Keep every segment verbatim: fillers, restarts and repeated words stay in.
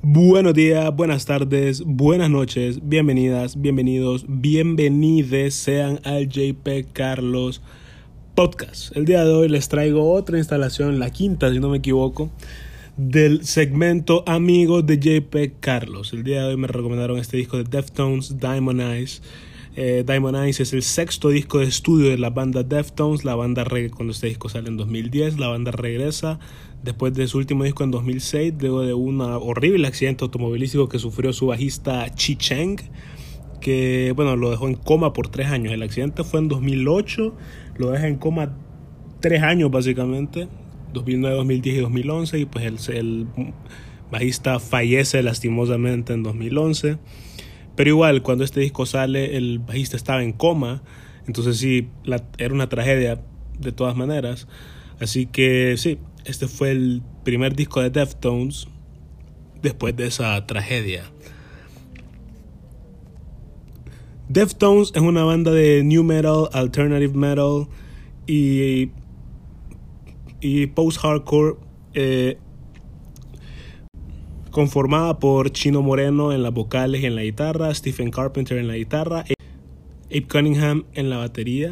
Buenos días, buenas tardes, buenas noches, bienvenidas, bienvenidos, bienvenides sean al J P Carlos Podcast. El día de hoy les traigo otra instalación, la quinta si no me equivoco, del segmento Amigos de J P Carlos. El día de hoy me recomendaron este disco de Deftones, Diamond Eyes. Eh, Diamond Eyes es el sexto disco de estudio de la banda Deftones. La banda re- cuando este disco sale en dos mil diez, la banda regresa después de su último disco en dos mil seis, luego de un horrible accidente automovilístico que sufrió su bajista Chi Cheng, que bueno, lo dejó en coma por tres años. El accidente fue en dos mil ocho, lo deja en coma tres años básicamente, dos mil nueve, dos mil diez y dos mil once, y pues el, el bajista fallece lastimosamente en dos mil once. Pero igual, cuando este disco sale, el bajista estaba en coma, entonces sí, la, era una tragedia de todas maneras. Así que sí, este fue el primer disco de Deftones después de esa tragedia. Deftones es una banda de new metal, alternative metal y, y post-hardcore eh, conformada por Chino Moreno en las vocales y en la guitarra, Stephen Carpenter en la guitarra, Abe Cunningham en la batería,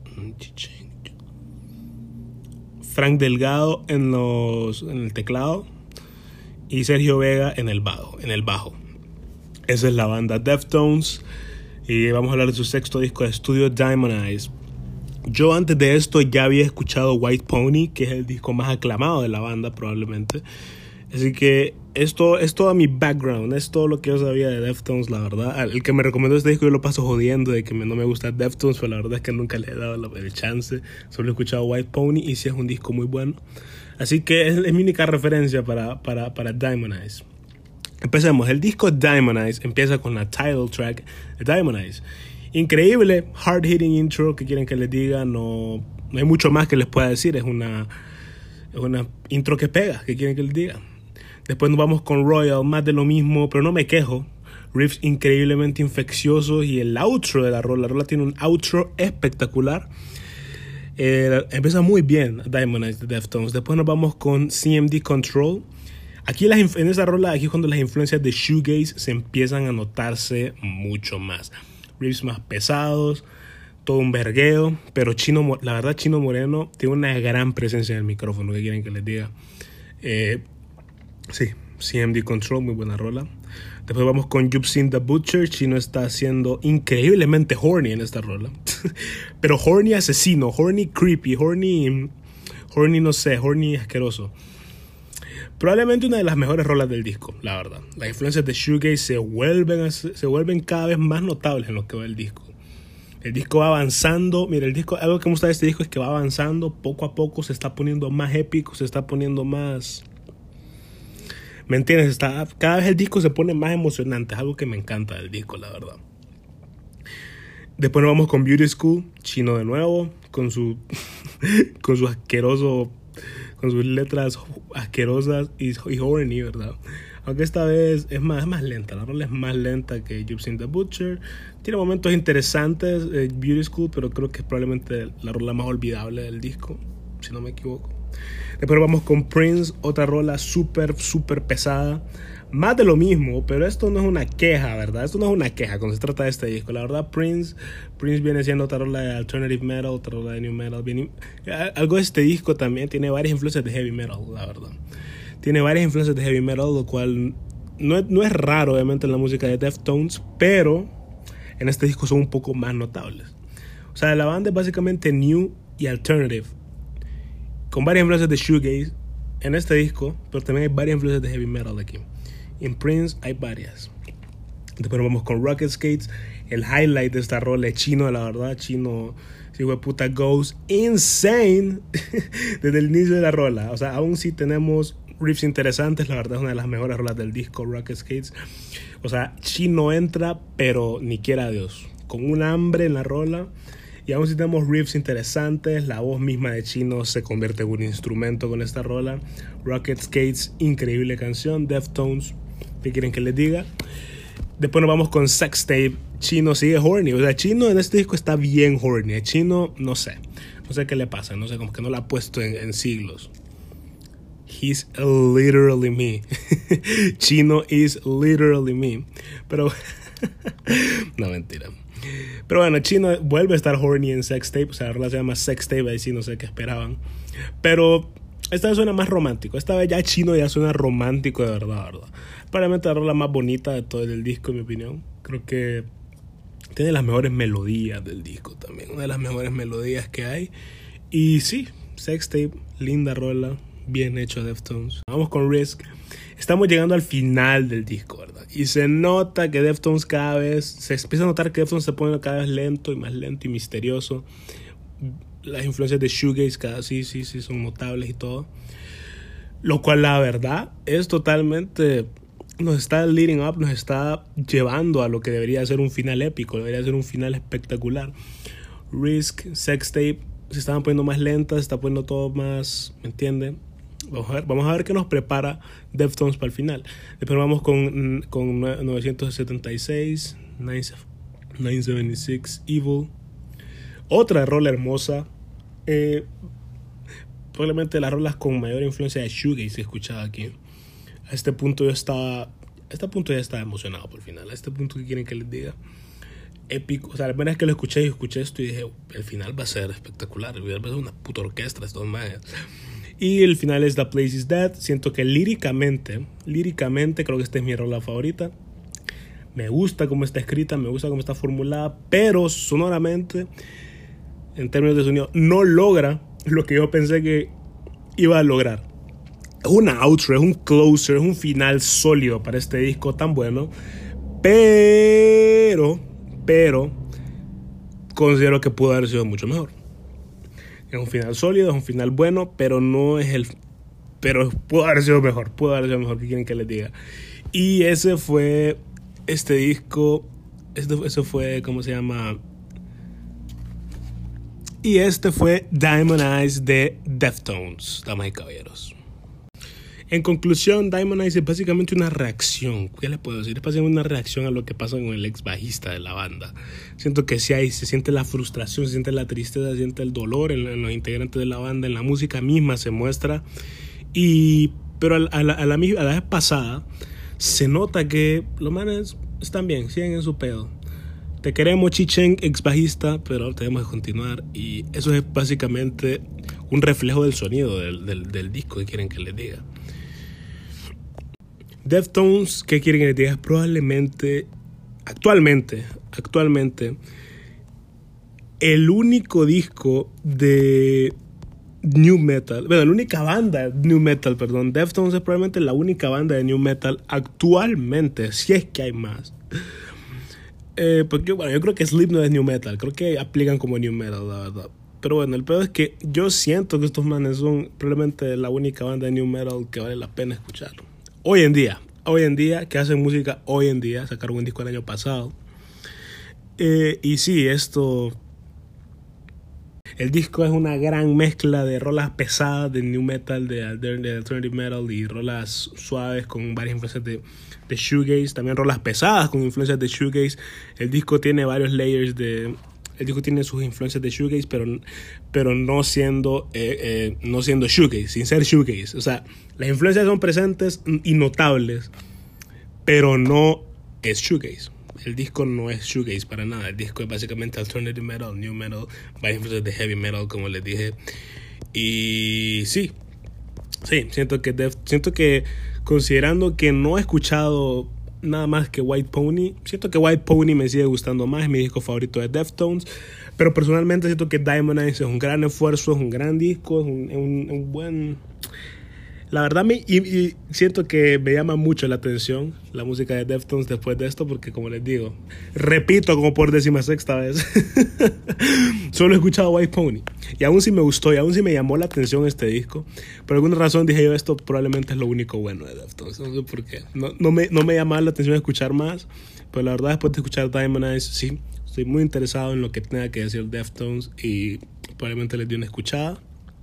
Frank Delgado en los en el teclado y Sergio Vega en el bajo, en el bajo. Esa es la banda Deftones y vamos a hablar de su sexto disco de estudio, Diamond Eyes. Yo antes de esto ya había escuchado White Pony, que es el disco más aclamado de la banda probablemente. Así que esto es todo mi background, es todo lo que yo sabía de Deftones, la verdad. El que me recomendó este disco yo lo paso jodiendo de que no me gusta Deftones, pero la verdad es que nunca le he dado el chance. Solo he escuchado White Pony y sí es un disco muy bueno. Así que es, es mi única referencia para, para, para Diamond Eyes. Empecemos. El disco Diamond Eyes empieza con la title track de Diamond Eyes. Increíble, hard hitting intro, que quieren que les diga, no, no hay mucho más que les pueda decir. Es una, es una intro que pega, que quieren que les diga. Después nos vamos con Royal, más de lo mismo, pero no me quejo. Riffs increíblemente infecciosos y el outro de la rola. La rola tiene un outro espectacular. Eh, empieza muy bien Diamond Eyes de Deftones. Después nos vamos con C M D Control. Aquí las, en esa rola, aquí es cuando las influencias de shoegaze se empiezan a notarse mucho más. Riffs más pesados, todo un vergueo. Pero Chino, la verdad Chino Moreno tiene una gran presencia en el micrófono, que quieren que les diga. Eh... Sí, C M D Control, muy buena rola. Después vamos con You've Seen the Butcher. Chino está haciendo increíblemente horny en esta rola. Pero horny asesino, horny creepy, horny, horny no sé, horny asqueroso. Probablemente una de las mejores rolas del disco, la verdad. Las influencias de shoegaze se vuelven, se vuelven cada vez más notables en lo que va el disco. El disco va avanzando. Mira, el disco, algo que me gusta de este disco es que va avanzando poco a poco, se está poniendo más épico, se está poniendo más... ¿Me entiendes? Está, cada vez el disco se pone más emocionante. Es algo que me encanta del disco, la verdad. Después nos vamos con Beauty School. Chino de nuevo. Con su con su asqueroso... Con sus letras asquerosas y, y horny, ¿verdad? Aunque esta vez es más, es más lenta. La rola es más lenta que You've Seen the Butcher. Tiene momentos interesantes, eh, Beauty School, pero creo que es probablemente la rola más olvidable del disco, si no me equivoco. Después vamos con Prince, otra rola súper, súper pesada. Más de lo mismo, pero esto no es una queja, ¿verdad? Esto no es una queja cuando se trata de este disco. La verdad, Prince, Prince viene siendo otra rola de alternative metal, otra rola de new metal. Viene, algo de este disco también tiene varias influencias de heavy metal, la verdad. Tiene varias influencias de heavy metal, lo cual no es, no es raro, obviamente, en la música de Deftones, pero en este disco son un poco más notables. O sea, la banda es básicamente new y alternative, con varias influencias de shoegaze en este disco, pero también hay varias influencias de heavy metal aquí. En Prince hay varias. Después vamos con Rocket Skates. El highlight de esta rola es Chino, la verdad. Chino, si fue puta, goes insane desde el inicio de la rola. O sea, aún sí tenemos riffs interesantes. La verdad es una de las mejores rolas del disco, Rocket Skates. O sea, Chino entra, pero ni quiera Dios, con un hambre en la rola. Y aún si tenemos riffs interesantes, la voz misma de Chino se convierte en un instrumento con esta rola. Rocket Skates, increíble canción. Deftones, ¿qué quieren que les diga? Después nos vamos con Sex Tape. Chino sigue horny. O sea, Chino en este disco está bien horny. Chino, no sé. No sé qué le pasa. No sé, como que no la ha puesto en, en siglos. He's literally me. Chino is literally me. Pero no, mentira. Pero bueno, Chino vuelve a estar horny en Sex Tape. O sea, la rola se llama Sex Tape. Ahí sí no sé qué esperaban. Pero esta vez suena más romántico. Esta vez ya Chino ya suena romántico de verdad, verdad. Probablemente la rola más bonita de todo el disco, en mi opinión. Creo que tiene las mejores melodías del disco también. Una de las mejores melodías que hay. Y sí, Sex Tape, linda rola. Bien hecho, Deftones. Vamos con Risk. Estamos llegando al final del disco, ¿verdad? Y se nota que Deftones cada vez... Se empieza a notar que Deftones se pone cada vez lento y más lento y misterioso. Las influencias de shoegaze cada sí, sí, sí son notables y todo. Lo cual, la verdad, es totalmente... Nos está leading up, nos está llevando a lo que debería ser un final épico. Debería ser un final espectacular. Risk, Sex Tape, se estaban poniendo más lentas, se está poniendo todo más... ¿Me entienden? Vamos a ver, vamos a ver qué nos prepara Deftones para el final. Después vamos con, con novecientos setenta y seis, novecientos setenta y seis, Evil. Otra rola hermosa. Eh, probablemente las rolas con mayor influencia de shoegaze escuchada aquí. A este punto yo estaba... A este punto ya estaba emocionado por el final. A este punto, ¿qué quieren que les diga? Épico. O sea, la primera vez que lo escuché, yo escuché esto y dije, el final va a ser espectacular. El final va a ser una puta orquestra, estos manes. Y el final es The Place Is Dead. Siento que líricamente, líricamente creo que esta es mi rola favorita. Me gusta cómo está escrita, me gusta cómo está formulada, pero sonoramente, en términos de sonido, no logra lo que yo pensé que iba a lograr. Es una outro, es un closer, es un final sólido para este disco tan bueno, pero, pero, considero que pudo haber sido mucho mejor. Es un final sólido, es un final bueno, pero no es el... Pero pudo haber sido mejor, pudo haber sido mejor, ¿qué quieren que les diga? Y ese fue este disco, este, ese fue, ¿cómo se llama? Y este fue Diamond Eyes de Deftones, damas y caballeros. En conclusión, Diamond Eyes es básicamente una reacción. ¿Qué les puedo decir? Es básicamente una reacción a lo que pasa con el ex bajista de la banda. Siento que sí hay, se siente la frustración, se siente la tristeza, se siente el dolor en, en los integrantes de la banda, en la música misma se muestra. Y, pero a la, a la, a la, a la vez pasada, se nota que los manes están bien, siguen en su pedo. Te queremos, Chichen, ex bajista, pero tenemos que continuar. Y eso es básicamente un reflejo del sonido del, del, del disco que quieren que les diga. Deftones, ¿qué quieren que les diga? Probablemente, actualmente, actualmente, el único disco de New Metal, bueno, la única banda de New Metal, perdón, Deftones es probablemente la única banda de New Metal actualmente, si es que hay más. Eh, porque, bueno, yo creo que Slipknot es New Metal, creo que aplican como New Metal, la verdad. Pero bueno, el peor es que yo siento que estos manes son probablemente la única banda de New Metal que vale la pena escuchar. Hoy en día, hoy en día, que hacen música hoy en día, sacaron un disco el año pasado. Eh, y sí, esto... El disco es una gran mezcla de rolas pesadas de New Metal, de, de, de Alternative Metal y rolas suaves con varias influencias de, de shoegaze. También rolas pesadas con influencias de shoegaze. El disco tiene varios layers de... El disco tiene sus influencias de shoegaze, pero, pero no siendo eh, eh, no siendo shoegaze, sin ser shoegaze. O sea, las influencias son presentes y notables, pero no es shoegaze. El disco no es shoegaze para nada. El disco es básicamente alternative metal, new metal, varias influencias de heavy metal, como les dije. Y sí, sí, siento que Def, siento que considerando que no he escuchado nada más que White Pony, siento que White Pony me sigue gustando más, es mi disco favorito de Deftones, pero personalmente siento que Diamond Eyes es un gran esfuerzo, es un gran disco, es un, un, un buen... La verdad, me, y, y siento que me llama mucho la atención la música de Deftones después de esto, porque como les digo, repito como por décima sexta vez, solo he escuchado White Pony, y aún sí me gustó, y aún sí me llamó la atención este disco. Por alguna razón dije yo, esto probablemente es lo único bueno de Deftones, no sé por qué, no, no, me, no me llamaba la atención escuchar más, pero la verdad después de escuchar Diamond Eyes, sí, estoy muy interesado en lo que tenga que decir Deftones, y probablemente les di una escuchada.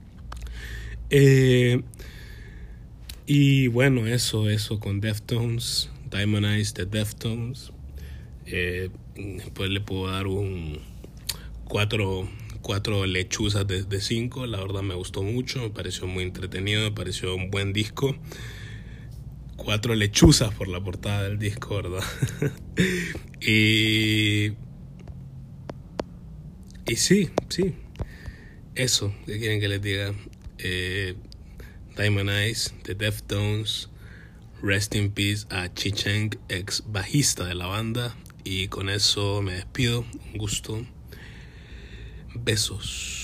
Eh... Y bueno, eso, eso con Deftones, Diamond Eyes de Deftones. Eh, pues le puedo dar un cuatro cuatro lechuzas de, de cinco. La verdad me gustó mucho, me pareció muy entretenido, me pareció un buen disco. Cuatro lechuzas por la portada del disco, ¿verdad? y... Y sí, sí. Eso, ¿qué quieren que les diga? Eh, Diamond Eyes, The Deftones, Rest in Peace a Chi Cheng, ex bajista de la banda. Y con eso me despido. Un gusto. Besos.